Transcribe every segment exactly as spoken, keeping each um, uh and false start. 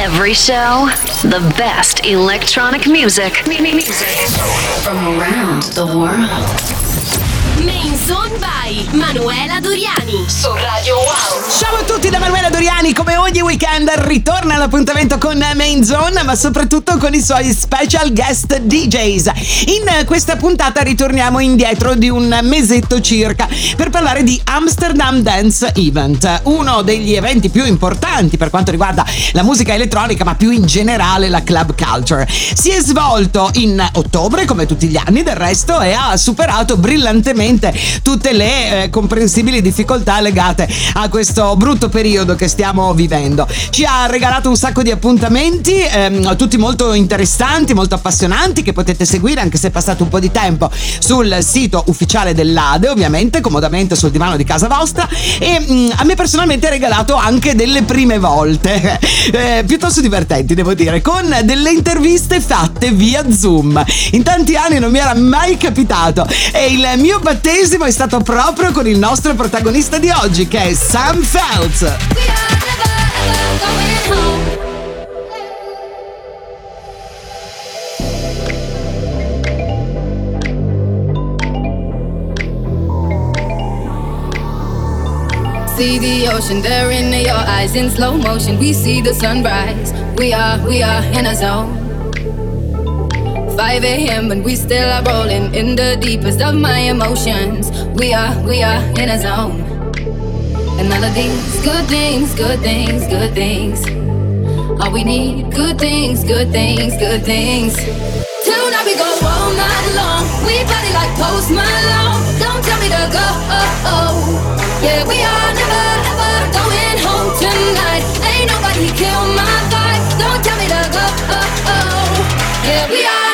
Every show, the best electronic music. From around the world. Main Zone by Manuela Doriani su Radio Wow. Ciao a tutti da Manuela Doriani, come ogni weekend ritorna all'appuntamento con Main Zone, ma soprattutto con i suoi special guest D Js. In questa puntata ritorniamo indietro di un mesetto circa per parlare di Amsterdam Dance Event, uno degli eventi più importanti per quanto riguarda la musica elettronica, ma più in generale la club culture. Si è svolto in ottobre, come tutti gli anni del resto, e ha superato brillantemente tutte le eh, comprensibili difficoltà legate a questo brutto periodo che stiamo vivendo. Ci ha regalato un sacco di appuntamenti, ehm, tutti molto interessanti, molto appassionanti, che potete seguire anche se è passato un po' di tempo sul sito ufficiale dell'A D E, ovviamente comodamente sul divano di casa vostra, e mh, a me personalmente ha regalato anche delle prime volte eh, piuttosto divertenti, devo dire, con delle interviste fatte via Zoom. In tanti anni non mi era mai capitato, e il mio battesimo è stato proprio con il nostro protagonista di oggi, che è Sam Feldt. See the ocean there in your eyes in slow motion. We see the sunrise. We are, we are in a zone. five a.m. and we still are rolling in the deepest of my emotions. We are, we are in a zone. And all of these good things, good things, good things. All we need, good things, good things, good things. Tonight we go all night long. We party like Post Malone. Don't tell me to go. Oh, oh. Yeah, we are never ever going home tonight. Ain't nobody kill my vibe. Don't tell me to go. Oh, oh. Yeah, we are.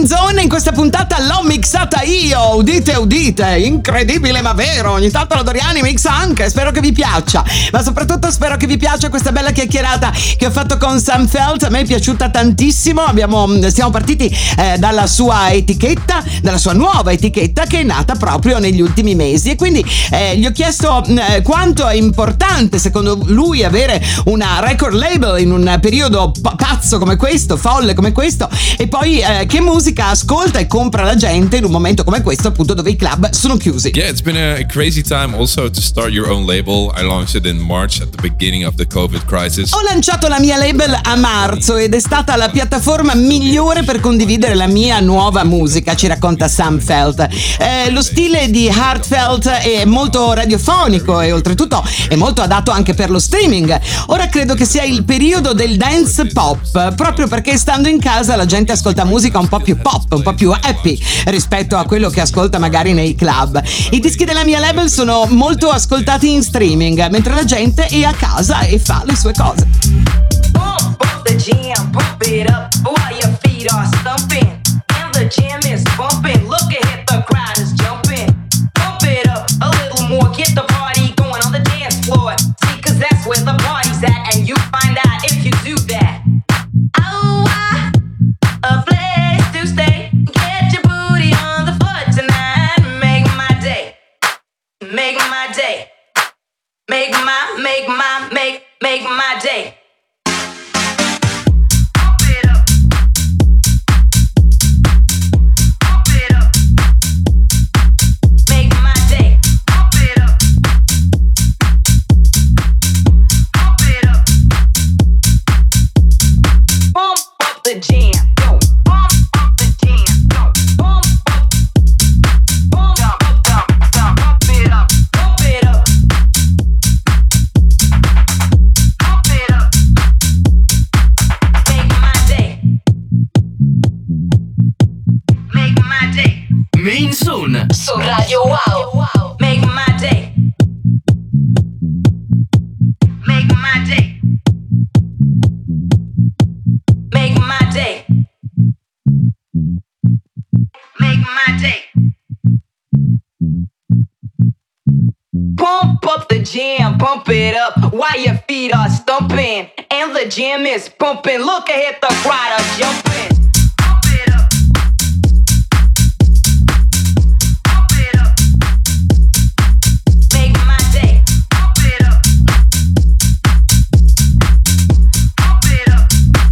Main Zone in questa puntata l'ho mixata io, udite udite, incredibile ma vero, ogni tanto la Doriani mixa anche, spero che vi piaccia, ma soprattutto spero che vi piaccia questa bella chiacchierata che ho fatto con Sam Feldt. A me è piaciuta tantissimo, abbiamo, siamo partiti eh, dalla sua etichetta, dalla sua nuova etichetta che è nata proprio negli ultimi mesi, e quindi eh, gli ho chiesto eh, quanto è importante secondo lui avere una record label in un periodo pazzo come questo, folle come questo, e poi eh, che musica ascolta e compra la gente in un momento come questo, appunto, dove i club sono chiusi. Yeah, it's been a crazy time also to start your own label. I launched it in March at the beginning of the COVID crisis. Ho lanciato la mia label a marzo ed è stata la piattaforma migliore per condividere la mia nuova musica, ci racconta Sam Feldt. Eh, lo stile di Heartfelt è molto radiofonico e oltretutto è molto adatto anche per lo streaming. Ora credo che sia il periodo del dance pop, proprio perché stando in casa la gente ascolta musica un po' più pop, un po' più happy rispetto a quello che ascolta magari nei club. I dischi della mia label sono molto ascoltati in streaming, mentre la gente è a casa e fa le sue cose. Pump up the jam, pump it up while your feet are stumping. And the jam is bumping, look ahead, the crowd is jumping. Pump it up a little more, get the party going on the dance floor. See, cause that's where the party's at, and you find out if you do that. Oh, I, a place to stay. Get your booty on the floor tonight. Make my day, make my day. Make my, make my, make, make my day. Pump it up. Pump it up. Make my day. Pump it up. Pump it up. Pump up the jam. Yo, pump up the jam. Yo, pump up. Pump up, pump, pump, pump it up. Pump it up. Pump it up. Make my day. Make my day. Main Zone Su Radio Wow. Make my day. Make my day. Make my day. Make my day. Pump up the jam, pump it up while your feet are stumping. And the jam is pumping. Look ahead, the crowd are jumping. Pump it up. Pump it up. Make my day. Pump it up. Pump it up.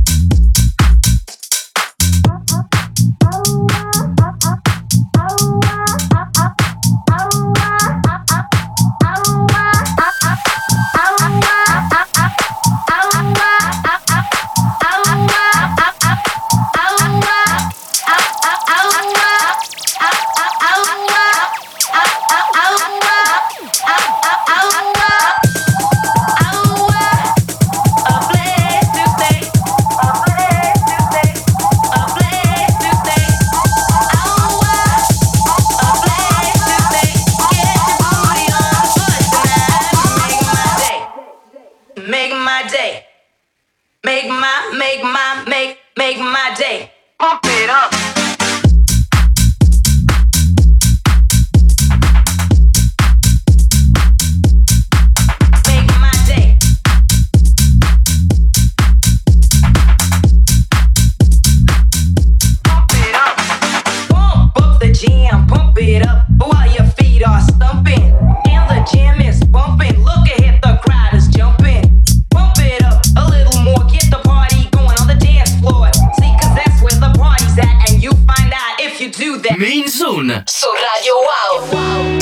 Make my day. Make my, make my, make, make my day. Pump it up. Make my day. Pump it up. Pump up the jam, pump it up while your feet are stumping. And the jam is bumping. Look ahead, the crowd is jumping. Pump it up a little more, get the party going on the dance floor. See, cause that's where the party's at, and you find out if you do that. Main Zone Su Radio Wow.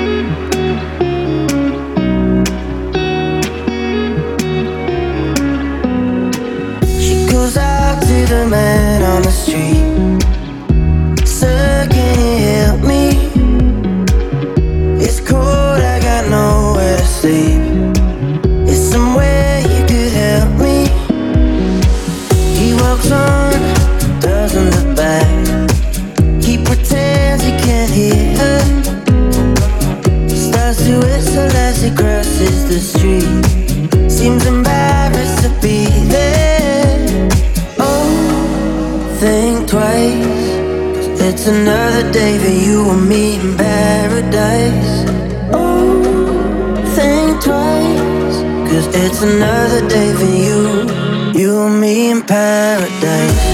She goes out to the man on the street. Sir, can you help me? It's cold, I got nowhere to sleep. Is somewhere you could help me? He walks on, doesn't look back. He pretends he can't hear her. Starts to whistle as he crosses the street. Seems embarrassed to be there. Oh, think twice. another day for you and me in paradise. Oh, think twice, cause it's another day for you, you and me in paradise.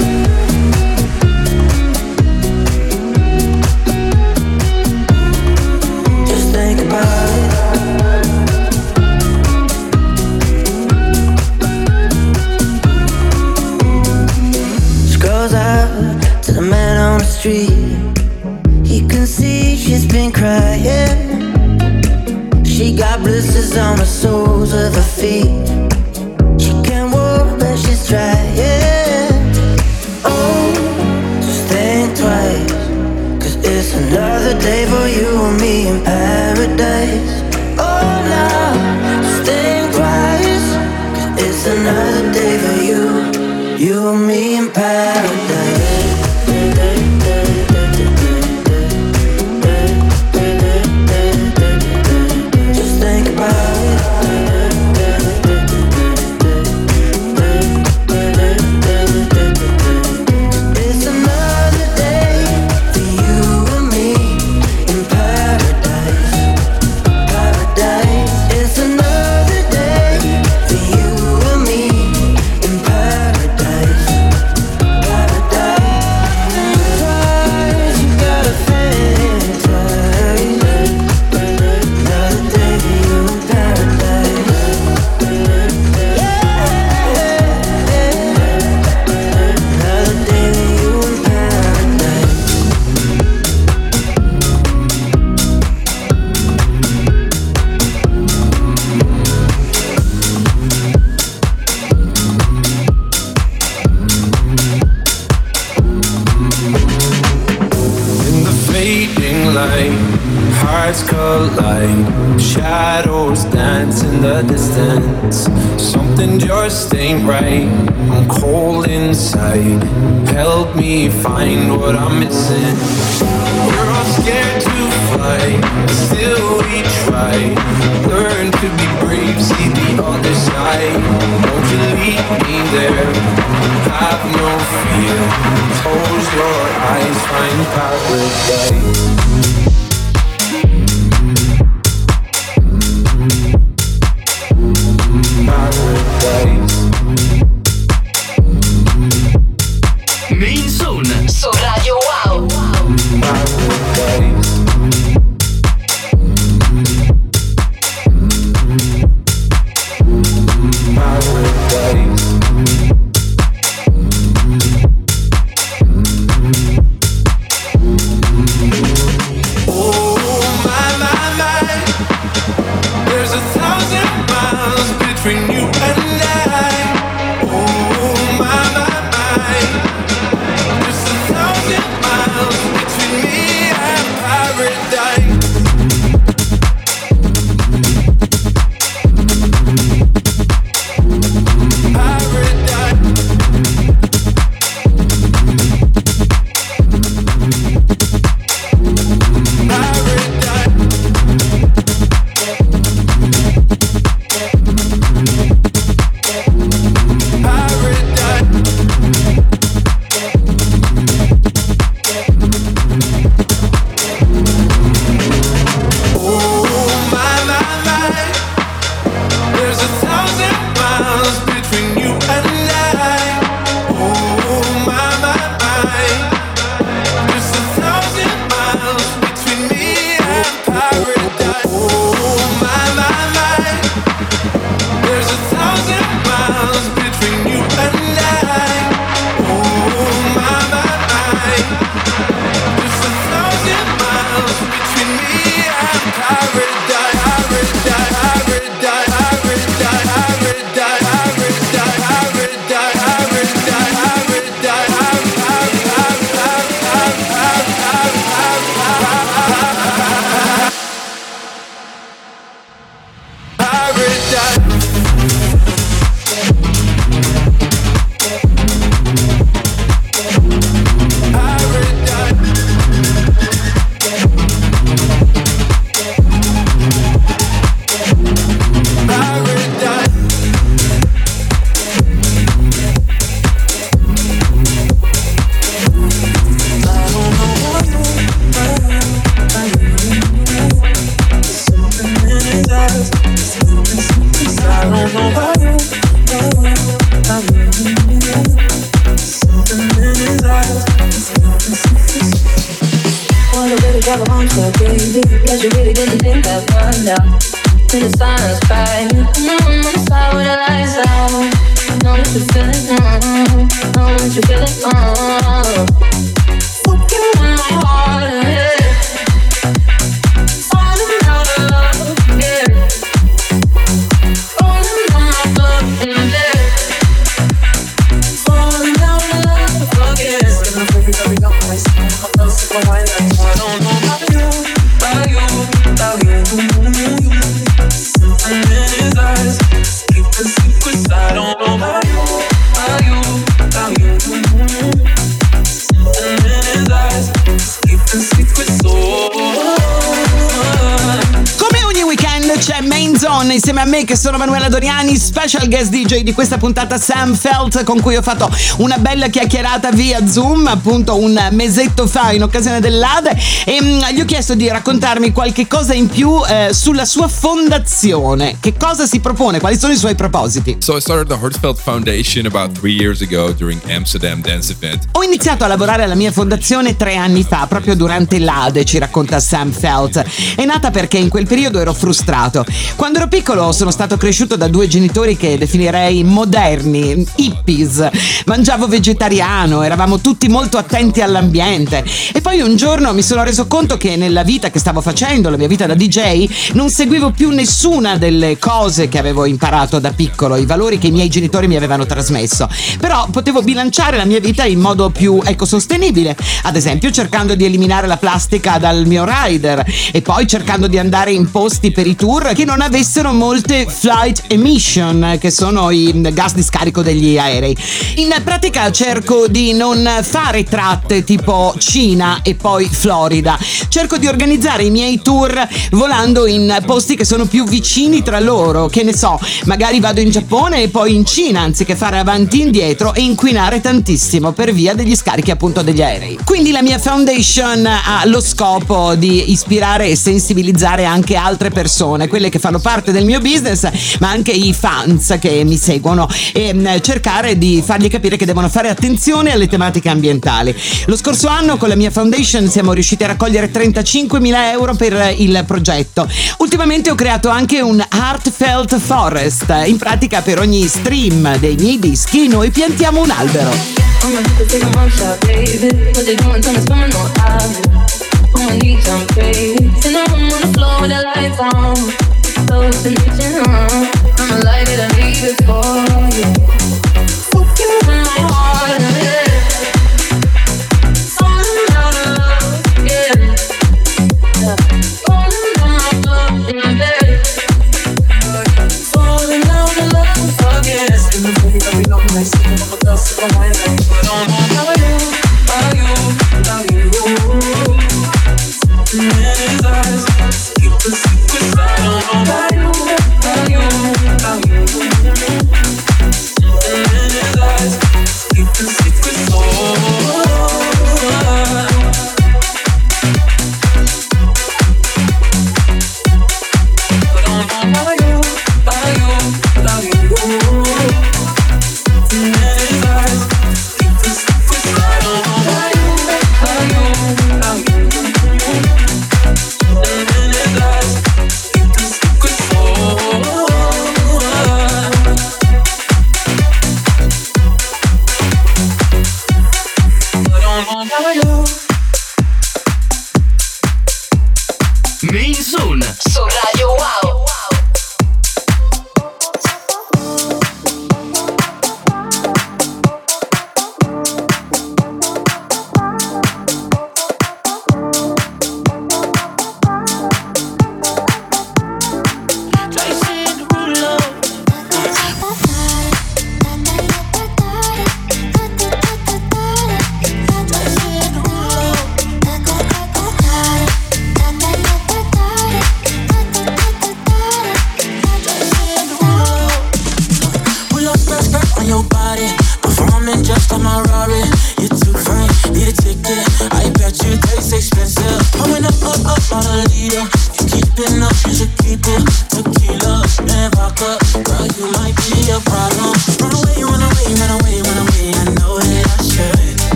Just think about it. She goes out to the man on the street. He can see she's been crying. She got blisters on the soles of her feet. She can't walk but she's trying. Oh, just think twice, cause it's another day for you and me in paradise. Oh no, just think twice, cause it's another day for you, you and me in paradise. Just think about it. It's another day for you and me in paradise. Paradise. It's another day for you and me in paradise. Paradise. Think twice, you gotta think twice. Another day for you in paradise. Yeah. Another day for you in paradise. In the fading light, hearts collide. Shadows dance in the distance. Something just ain't right. I'm cold inside. Help me find what I'm missing. We're all scared to fly, still we try. Learn to be brave, see the other side. Won't you lead me there? Have no fear. Close your eyes, find paradise. Paradise. Main Zone su Radio Wow. Paradise. Paradise. grab a hold to, baby. Cause you really didn't think that one down. In the silence, right? Mm-hmm, on the side with the lights out. Know that you feel it, mm-hmm. Know that you feel it, mm-hmm. Fucking in my heart, yeah. Falling out of love, yeah. Falling on my blood in bed. Falling out of love, again. It's gonna break me, break me up, I see. I'm not super wild, I don't know about you, about you, about you. And in his eyes, keep the secrets. I don't know about you, about you, about you. And in his eyes, keep the secrets. Oh. Come ogni weekend c'è Main Zone insieme a me che sono Manuela Doriani, special guest D J di questa puntata Sam Felt, con cui ho fatto una bella chiacchierata via Zoom appunto un mesetto fa in occasione dell'A D E e mh, gli ho chiesto di raccontarmi qualche cosa in più eh, sulla sua fondazione. Che cosa si propone? Quali sono i suoi propositi? So I started the Heartfelt Foundation about three years ago during Amsterdam Dance Event. Ho iniziato a lavorare alla mia fondazione tre anni fa, proprio durante l'A D E, ci racconta Sam Felt. È nata perché in quel periodo ero frustrato. Quando ero piccolo sono stato cresciuto da due genitori che definirei moderni, hippies. Mangiavo vegetariano, eravamo tutti molto attenti all'ambiente. E poi un giorno mi sono reso conto che nella vita che stavo facendo, la mia vita da D J, non seguivo più nessuna delle cose che avevo imparato da piccolo, i valori che i miei genitori mi avevano trasmesso. Però potevo bilanciare la mia vita in modo più ecosostenibile, ad esempio cercando di eliminare la plastica dal mio rider e poi cercando di andare in posti per i tour che non avessero molte flight emission, che sono i gas di scarico degli aerei. In pratica cerco di non fare tratte tipo Cina e poi Florida, cerco di organizzare i miei tour volando in posti che sono più vicini tra loro, che ne so, magari vado in Giappone e poi in Cina anziché fare avanti e indietro e inquinare tantissimo per via degli scarichi appunto degli aerei. Quindi la mia foundation ha lo scopo di ispirare e sensibilizzare anche altre persone, quelle che fanno parte del mio business, ma anche i fans che mi seguono, e mh, cercare di fargli capire che devono fare attenzione alle tematiche ambientali. Lo scorso anno con la mia foundation siamo riusciti a raccogliere trentacinquemila euro per il progetto. Ultimamente ho creato anche un Heartfelt Forest. In pratica per ogni stream dei miei dischi noi piantiamo un albero. Main Zone su Radio Wow.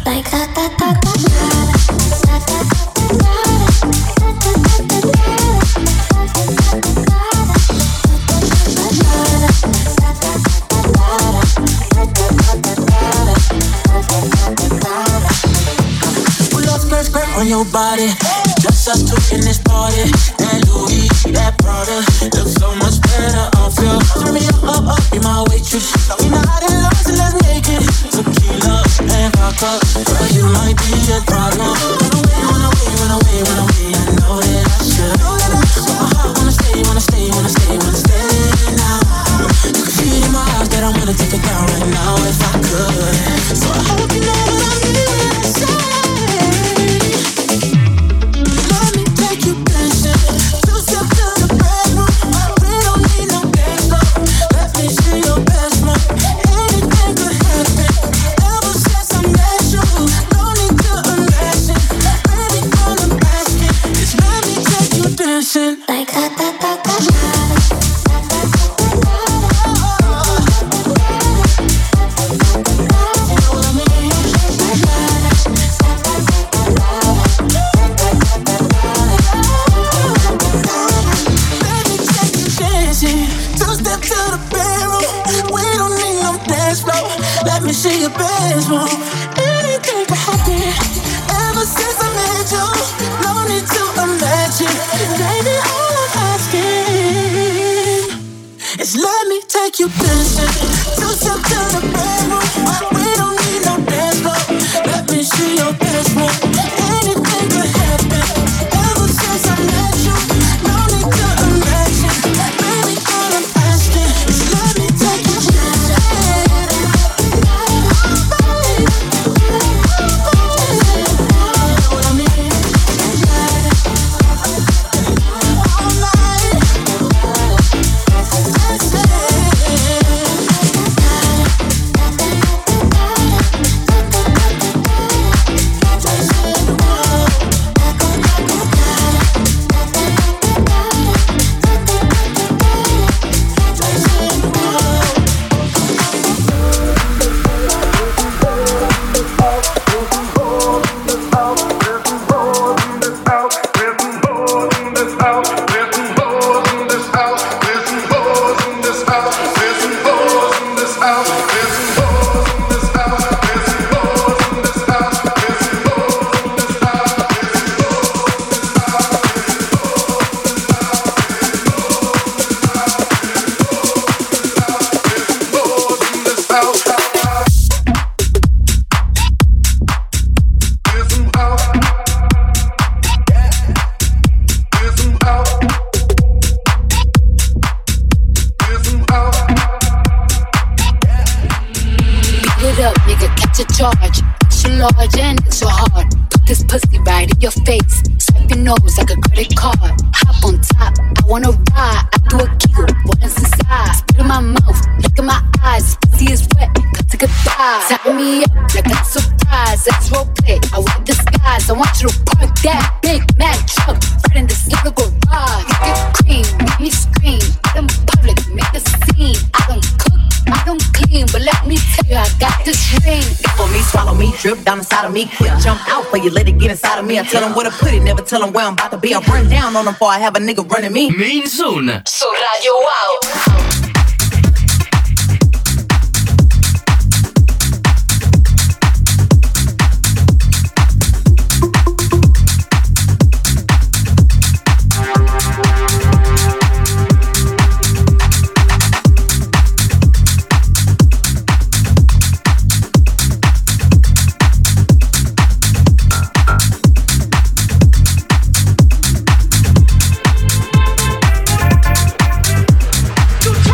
Like da da da da da da da. On your body, just us two in this party. That Louis, that Prada, looks so much better off you. Turn me up, up, up, be my waitress. We not in love till let's make it. Tequila and vodka, girl, you might be a problem. Run away, run away, run away, run away. I know that I should. But my heart wanna stay, wanna stay, wanna stay, wanna stay now. You can see it in my eyes that I wanna take it down right now if I could. So I hope you know what I mean when I say. Like da da da da da. Let me see your best move. Anything can happen. Ever since I met you, no need to imagine. Baby, all I'm asking is let me take you dancing. Two step to the bedroom. We don't need no dance floor. Let me see your best move. Anything can happen. Ever since I met you, no need to imagine. Baby, all I'm asking is let me take you dancing. Drip down inside of me, quick jump out for you, let it get inside of me. I tell them where to put it, never tell them where I'm about to be. I run down on them before I have a nigga running me. Main Zone su Radio Wow. Two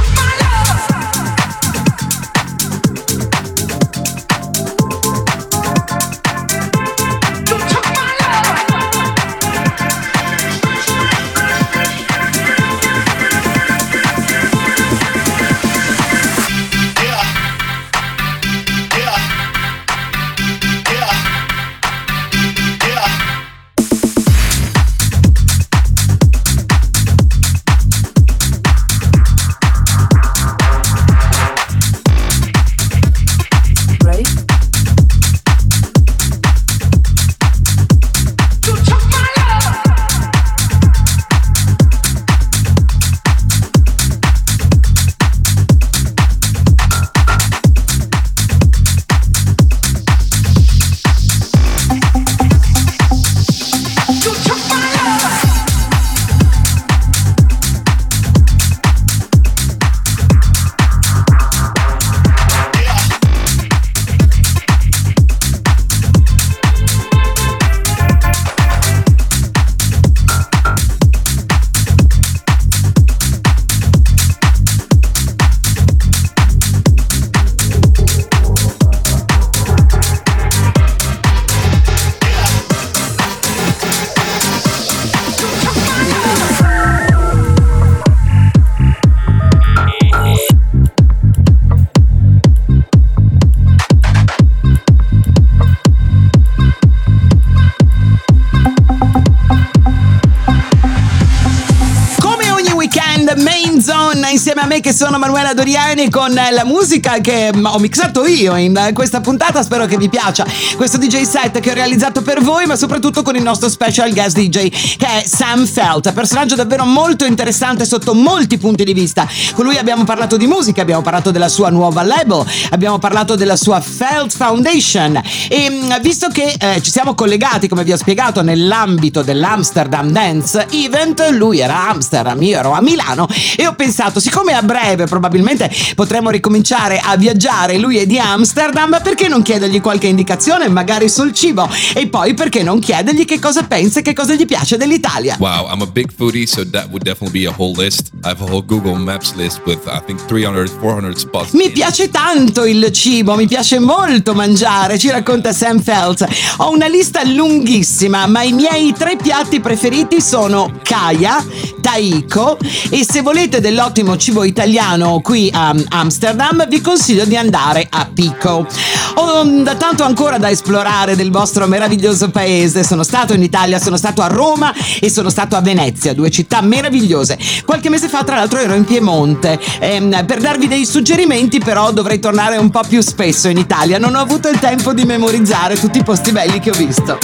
me che sono Manuela Doriani con la musica che ho mixato io in questa puntata. Spero che vi piaccia questo D J set che ho realizzato per voi, ma soprattutto con il nostro special guest D J che è Sam Feldt, personaggio davvero molto interessante sotto molti punti di vista. Con lui abbiamo parlato di musica, abbiamo parlato della sua nuova label, abbiamo parlato della sua Feldt Foundation e visto che eh, ci siamo collegati, come vi ho spiegato, nell'ambito dell'Amsterdam Dance Event, lui era a Amsterdam, io ero a Milano e ho pensato, siccome a breve probabilmente potremo ricominciare a viaggiare, lui è di Amsterdam, perché non chiedergli qualche indicazione magari sul cibo, e poi perché non chiedergli che cosa pensa e che cosa gli piace dell'Italia. Wow, I'm a big foodie, so that would definitely be a whole list. I have a whole Google Maps list with I think three hundred, four hundred spots. Mi piace tanto il cibo, mi piace molto mangiare, ci racconta Sam Feldt. Ho una lista lunghissima, ma i miei tre piatti preferiti sono Kaya, Taiko, e se volete dell'ottimo cibo italiano qui a Amsterdam vi consiglio di andare a Pico. Ho tanto ancora da esplorare del vostro meraviglioso paese. Sono stato in Italia, sono stato a Roma e sono stato a Venezia, due città meravigliose. Qualche mese fa tra l'altro ero in Piemonte. Ehm, per darvi dei suggerimenti però dovrei tornare un po' più spesso in Italia, non ho avuto il tempo di memorizzare tutti i posti belli che ho visto.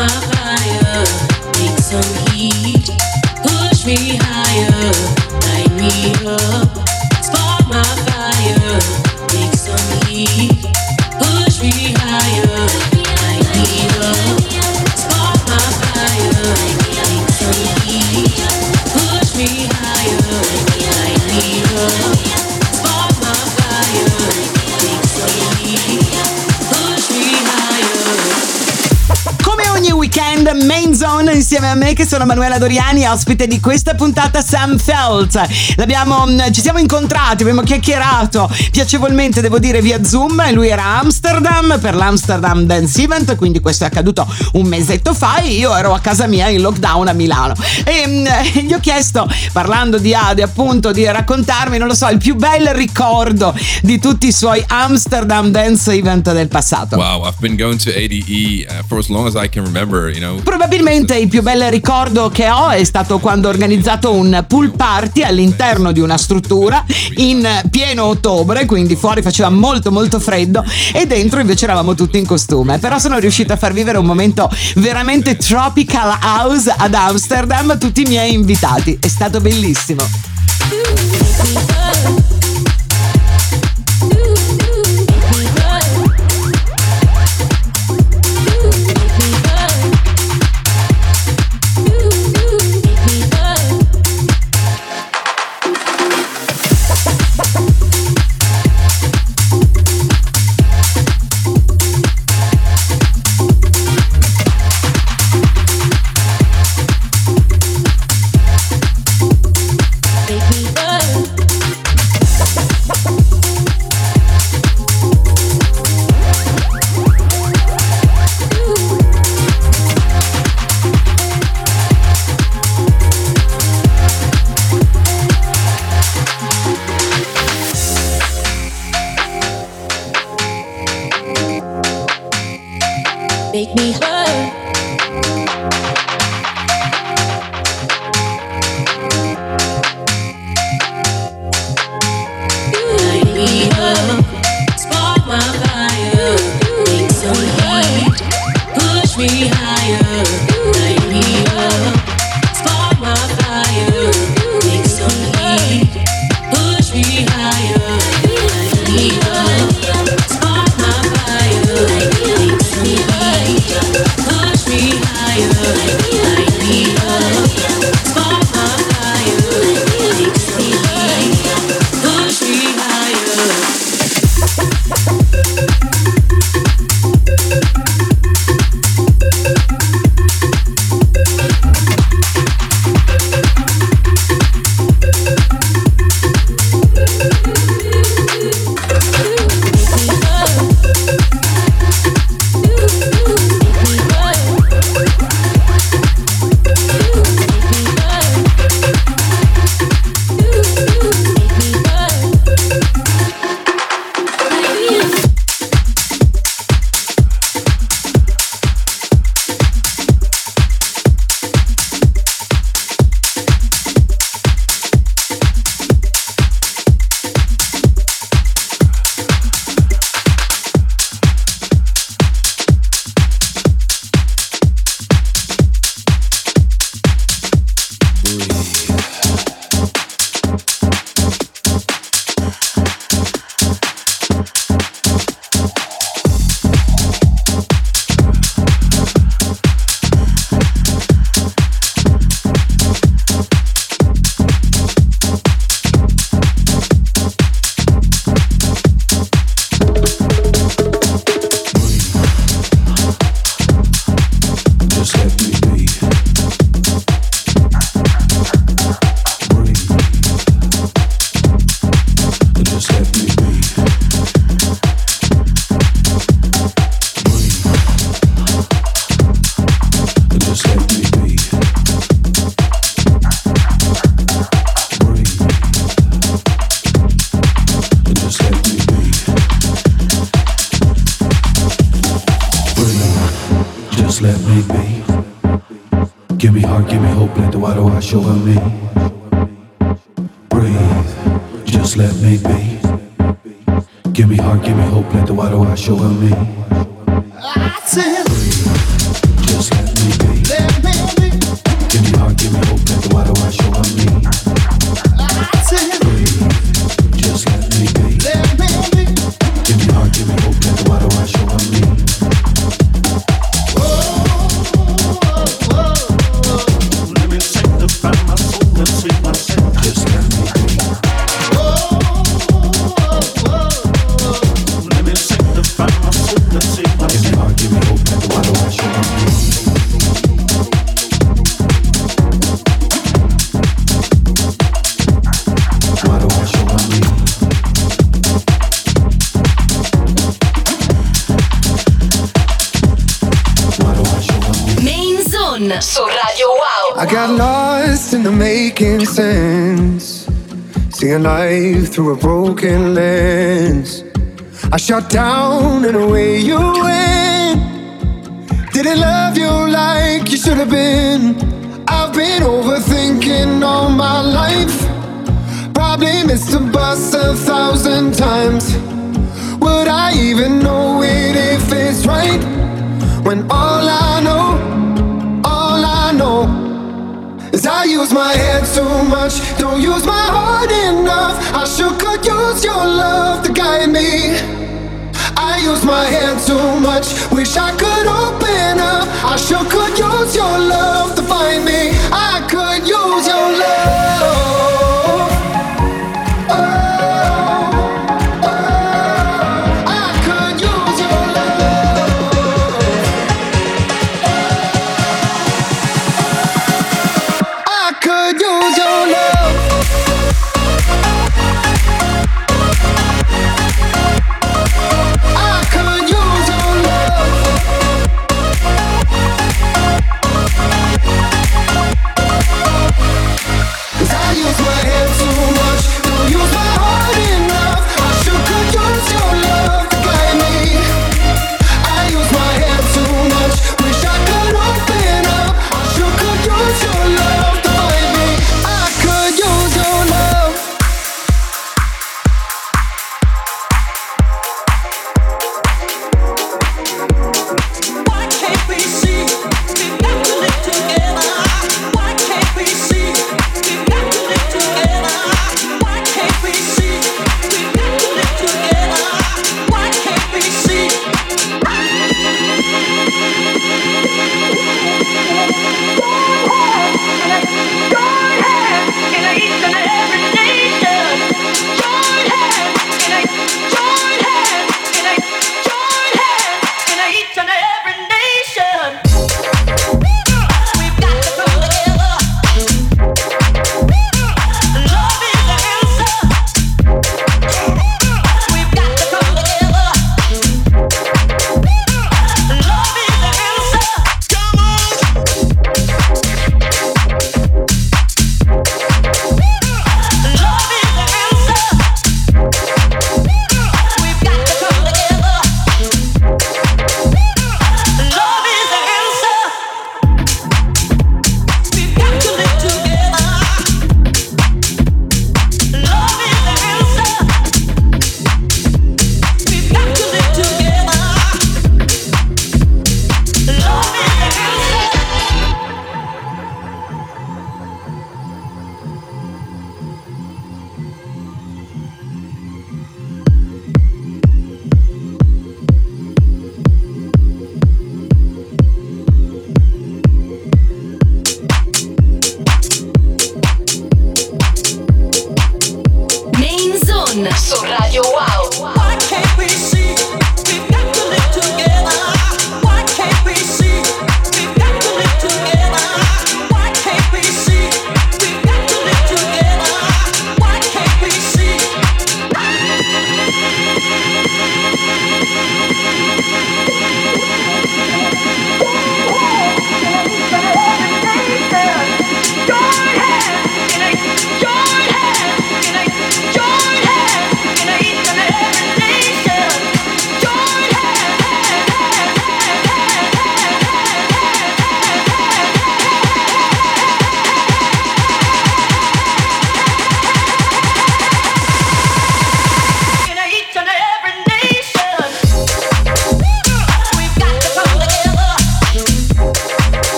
my fire, make some heat, push me higher, light me up. Spark my fire, make some heat, push me higher, light me up. Spark my fire, make some heat, push me higher, light me up. Spark my fire, make some heat, push me higher. Come ogni weekend, Main Zone insieme a me che sono Manuela Doriani, ospite di questa puntata Sam Feldt. L'abbiamo, ci siamo incontrati, abbiamo chiacchierato piacevolmente, devo dire, via Zoom. Lui era a Amsterdam per l'Amsterdam Dance Event, quindi questo è accaduto un mesetto fa, e io ero a casa mia in lockdown a Milano. E mh, gli ho chiesto, parlando di Ade, appunto, di raccontarmi, non lo so, il più bel ricordo di tutti i suoi Amsterdam Dance Event del passato. Wow, I've been going to A D E uh, for as long as I can remember, you know. Probabilmente il più bel ricordo che ho è stato quando ho organizzato un pool party all'interno di una struttura in pieno ottobre, quindi fuori faceva molto molto freddo e dentro invece eravamo tutti in costume. Però sono riuscita a far vivere un momento veramente tropical house ad Amsterdam a tutti i miei invitati. È stato bellissimo. Make me hurt. Light me up, spark my fire, make some heat, push me higher. Light me up, spark my fire, make some heat, push me higher. Light me up, spark my fire, make some heat. Push me higher, light me up. Spark my fire, make some heat. Push me higher. let me be. Give me heart, give me hope, let the water wash over me. Breathe, just let me be. Give me heart, give me hope, let the water wash over me. Breathe, just let me be. Zone su Radio Wow. I got lost in the making sense, seeing life through a broken lens. I shut down and away you went. Didn't love you like you should have been. I've been overthinking all my life. Probably missed the bus a thousand times. Would I even know it if it's right? When all I know, all I know is I use my head too much, don't use my heart enough. I sure could use your love to guide me. I use my head too much, wish I could open up. I sure could use your love to find me. I could use your love.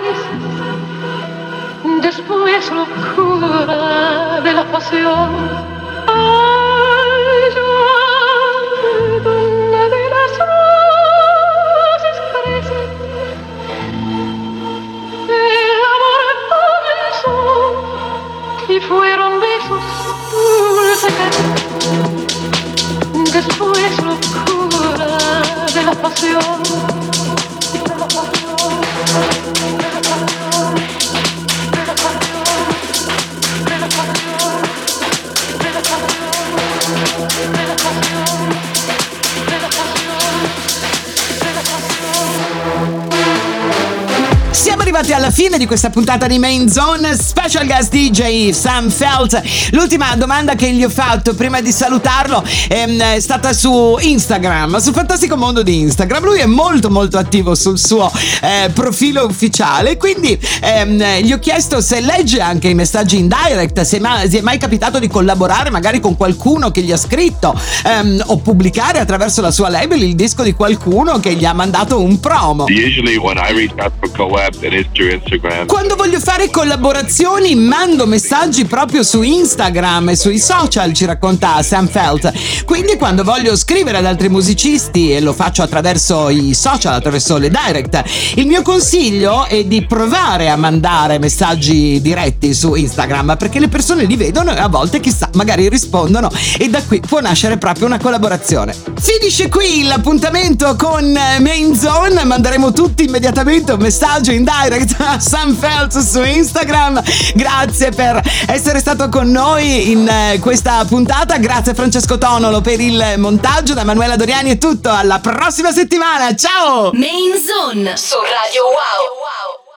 Después locura de la pasión. Ay, yo donde de las rosas crecen. El amor comenzó y fueron besos dulces. Después locura de la pasión. De la pasión. Siamo arrivati alla fine di questa puntata di Main Zone, special guest D J Sam Feldt. L'ultima domanda che gli ho fatto prima di salutarlo è stata su Instagram, sul fantastico mondo di Instagram. Lui è molto molto attivo sul suo eh, profilo ufficiale, quindi ehm, gli ho chiesto se legge anche i messaggi in direct, se ma, si è mai capitato di collaborare magari con qualcuno che gli ha scritto ehm, o pubblicare attraverso la sua label il disco di qualcuno che gli ha mandato un promo. Usually when I reach out for collab, it is through Instagram. Quando voglio fare collaborazioni mando messaggi proprio su Instagram e sui social, ci racconta Sam Feldt. Quindi quando voglio scrivere ad altri musicisti e lo faccio attraverso i social, attraverso le direct, il mio consiglio è di provare a mandare messaggi diretti su Instagram, perché le persone li vedono e a volte chissà magari rispondono e da qui può nascere proprio una collaborazione. Finisce qui l'appuntamento con Main Zone, manderemo tutti immediatamente un messaggio in direct a Sam Feldt su Instagram. Grazie per essere stato con noi in questa puntata, grazie a Francesco Tonolo per il montaggio. Da Manuela Doriani è tutto, alla prossima settimana, ciao! Main Zone su Radio Wow.